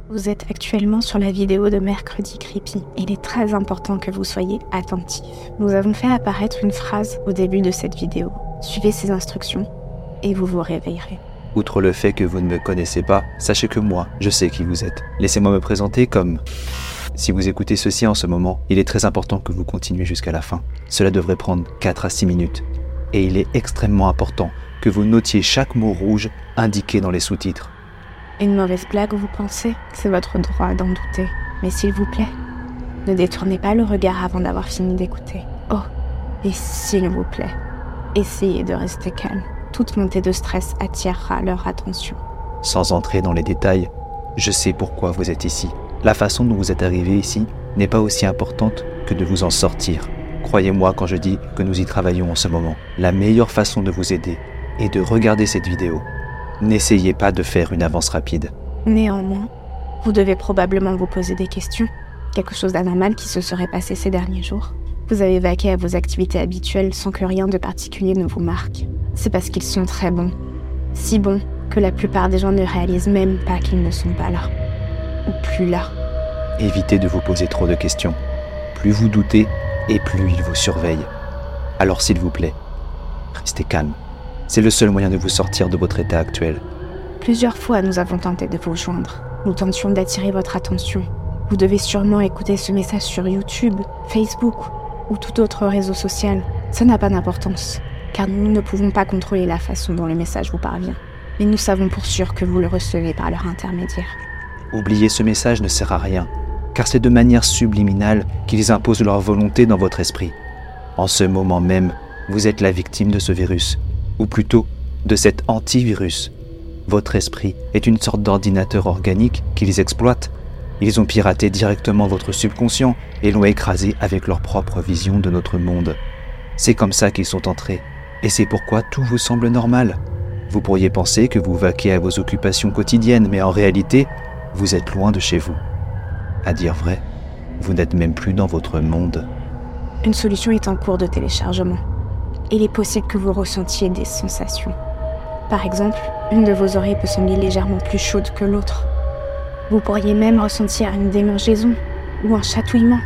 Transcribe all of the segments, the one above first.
Vous êtes actuellement sur la vidéo de Mercredi Creepy. Il est très important que vous soyez attentifs. Nous avons fait apparaître une phrase au début de cette vidéo. Suivez ces instructions et vous vous réveillerez. Outre le fait que vous ne me connaissez pas, sachez que moi, je sais qui vous êtes. Laissez-moi me présenter comme... Si vous écoutez ceci en ce moment, il est très important que vous continuiez jusqu'à la fin. Cela devrait prendre 4 à 6 minutes. Et il est extrêmement important que vous notiez chaque mot rouge indiqué dans les sous-titres. Une mauvaise blague, vous pensez? C'est votre droit d'en douter. Mais s'il vous plaît, ne détournez pas le regard avant d'avoir fini d'écouter. Oh, et s'il vous plaît, essayez de rester calme. Toute montée de stress attirera leur attention. Sans entrer dans les détails, je sais pourquoi vous êtes ici. La façon dont vous êtes arrivé ici n'est pas aussi importante que de vous en sortir. Croyez-moi quand je dis que nous y travaillons en ce moment. La meilleure façon de vous aider est de regarder cette vidéo. N'essayez pas de faire une avance rapide. Néanmoins, vous devez probablement vous poser des questions. Quelque chose d'anormal qui se serait passé ces derniers jours. Vous avez vaqué à vos activités habituelles sans que rien de particulier ne vous marque. C'est parce qu'ils sont très bons. Si bons que la plupart des gens ne réalisent même pas qu'ils ne sont pas là. Ou plus là. Évitez de vous poser trop de questions. Plus vous doutez, et plus ils vous surveillent. Alors s'il vous plaît, restez calme. C'est le seul moyen de vous sortir de votre état actuel. Plusieurs fois, nous avons tenté de vous joindre. Nous tentions d'attirer votre attention. Vous devez sûrement écouter ce message sur YouTube, Facebook ou tout autre réseau social. Ça n'a pas d'importance, car nous ne pouvons pas contrôler la façon dont le message vous parvient. Mais nous savons pour sûr que vous le recevez par leur intermédiaire. Oublier ce message ne sert à rien, car c'est de manière subliminale qu'ils imposent leur volonté dans votre esprit. En ce moment même, vous êtes la victime de ce virus, ou plutôt de cet antivirus. Votre esprit est une sorte d'ordinateur organique qu'ils exploitent. Ils ont piraté directement votre subconscient et l'ont écrasé avec leur propre vision de notre monde. C'est comme ça qu'ils sont entrés, et c'est pourquoi tout vous semble normal. Vous pourriez penser que vous vaquez à vos occupations quotidiennes, mais en réalité, vous êtes loin de chez vous. À dire vrai, vous n'êtes même plus dans votre monde. Une solution est en cours de téléchargement. Il est possible que vous ressentiez des sensations. Par exemple, une de vos oreilles peut sembler légèrement plus chaude que l'autre. Vous pourriez même ressentir une démangeaison ou un chatouillement.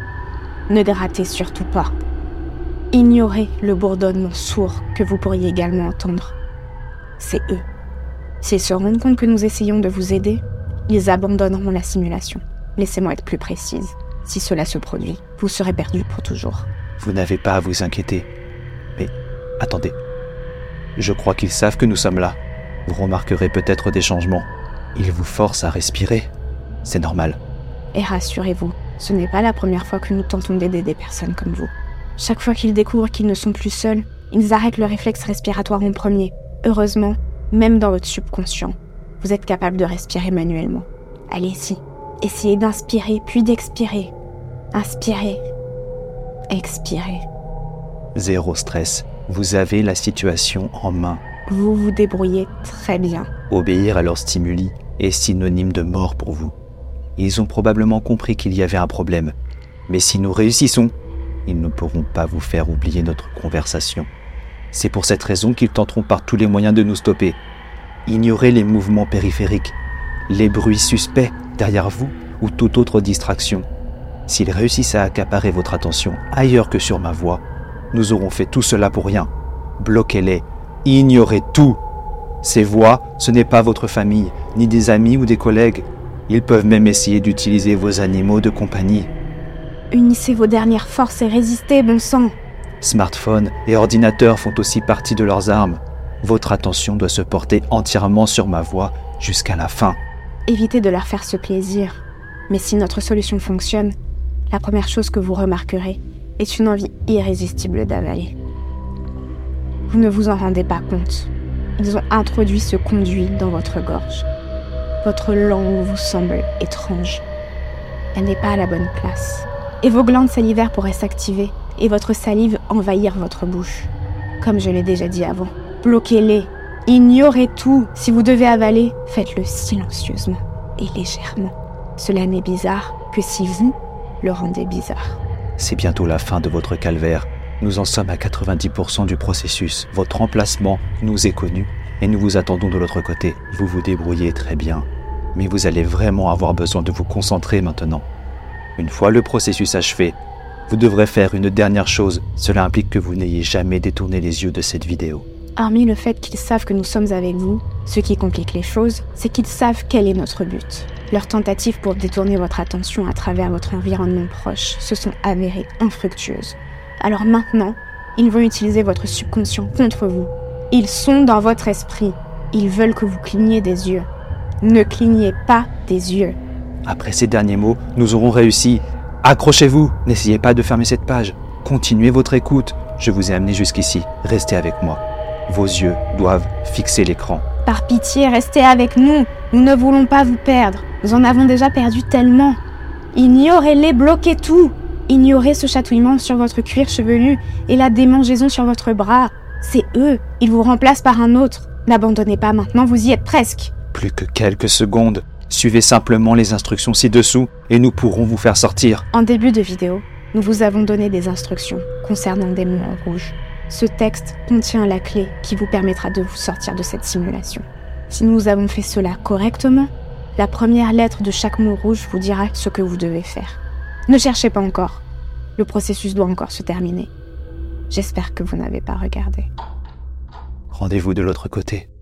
Ne ratez surtout pas. Ignorez le bourdonnement sourd que vous pourriez également entendre. C'est eux. S'ils se rendent compte que nous essayons de vous aider, ils abandonneront la simulation. Laissez-moi être plus précise. Si cela se produit, vous serez perdu pour toujours. Vous n'avez pas à vous inquiéter. Mais attendez. Je crois qu'ils savent que nous sommes là. Vous remarquerez peut-être des changements. Ils vous forcent à respirer. C'est normal. Et rassurez-vous, ce n'est pas la première fois que nous tentons d'aider des personnes comme vous. Chaque fois qu'ils découvrent qu'ils ne sont plus seuls, ils arrêtent le réflexe respiratoire en premier. Heureusement, même dans votre subconscient, vous êtes capable de respirer manuellement. Allez-y, essayez d'inspirer puis d'expirer. Inspirez, expirez. Zéro stress. Vous avez la situation en main. Vous vous débrouillez très bien. Obéir à leurs stimuli est synonyme de mort pour vous. Ils ont probablement compris qu'il y avait un problème. Mais si nous réussissons, ils ne pourront pas vous faire oublier notre conversation. C'est pour cette raison qu'ils tenteront par tous les moyens de nous stopper. Ignorez les mouvements périphériques, les bruits suspects derrière vous ou toute autre distraction. S'ils réussissent à accaparer votre attention ailleurs que sur ma voix, nous aurons fait tout cela pour rien. Bloquez-les, ignorez tout. Ces voix, ce n'est pas votre famille, ni des amis ou des collègues. Ils peuvent même essayer d'utiliser vos animaux de compagnie. Unissez vos dernières forces et résistez, bon sang. Smartphones et ordinateurs font aussi partie de leurs armes. Votre attention doit se porter entièrement sur ma voix jusqu'à la fin. Évitez de leur faire ce plaisir. Mais si notre solution fonctionne, la première chose que vous remarquerez est une envie irrésistible d'avaler. Vous ne vous en rendez pas compte. Ils ont introduit ce conduit dans votre gorge. Votre langue vous semble étrange. Elle n'est pas à la bonne place. Et vos glandes salivaires pourraient s'activer et votre salive envahir votre bouche. Comme je l'ai déjà dit avant, bloquez-les. Ignorez tout. Si vous devez avaler, faites-le silencieusement et légèrement. Cela n'est bizarre que si vous le rendez bizarre. C'est bientôt la fin de votre calvaire. Nous en sommes à 90% du processus. Votre emplacement nous est connu et nous vous attendons de l'autre côté. Vous vous débrouillez très bien. mais vous allez vraiment avoir besoin de vous concentrer maintenant. Une fois le processus achevé, vous devrez faire une dernière chose. Cela implique que vous n'ayez jamais détourné les yeux de cette vidéo. Hormis le fait qu'ils savent que nous sommes avec vous, ce qui complique les choses, c'est qu'ils savent quel est notre but. Leurs tentatives pour détourner votre attention à travers votre environnement proche se sont avérées infructueuses. Alors maintenant, ils vont utiliser votre subconscient contre vous. Ils sont dans votre esprit. Ils veulent que vous cligniez des yeux. Ne clignez pas des yeux. Après ces derniers mots, nous aurons réussi. Accrochez-vous, n'essayez pas de fermer cette page. Continuez votre écoute. Je vous ai amené jusqu'ici. Restez avec moi. Vos yeux doivent fixer l'écran. Par pitié, restez avec nous. Nous ne voulons pas vous perdre. Nous en avons déjà perdu tellement. Ignorez-les, bloquez tout. Ignorez ce chatouillement sur votre cuir chevelu et la démangeaison sur votre bras. C'est eux. Ils vous remplacent par un autre. N'abandonnez pas maintenant, vous y êtes presque. Plus que quelques secondes. Suivez simplement les instructions ci-dessous et nous pourrons vous faire sortir. En début de vidéo, nous vous avons donné des instructions concernant des mots en rouge. Ce texte contient la clé qui vous permettra de vous sortir de cette simulation. Si nous avons fait cela correctement, la première lettre de chaque mot rouge vous dira ce que vous devez faire. Ne cherchez pas encore. Le processus doit encore se terminer. J'espère que vous n'avez pas regardé. Rendez-vous de l'autre côté.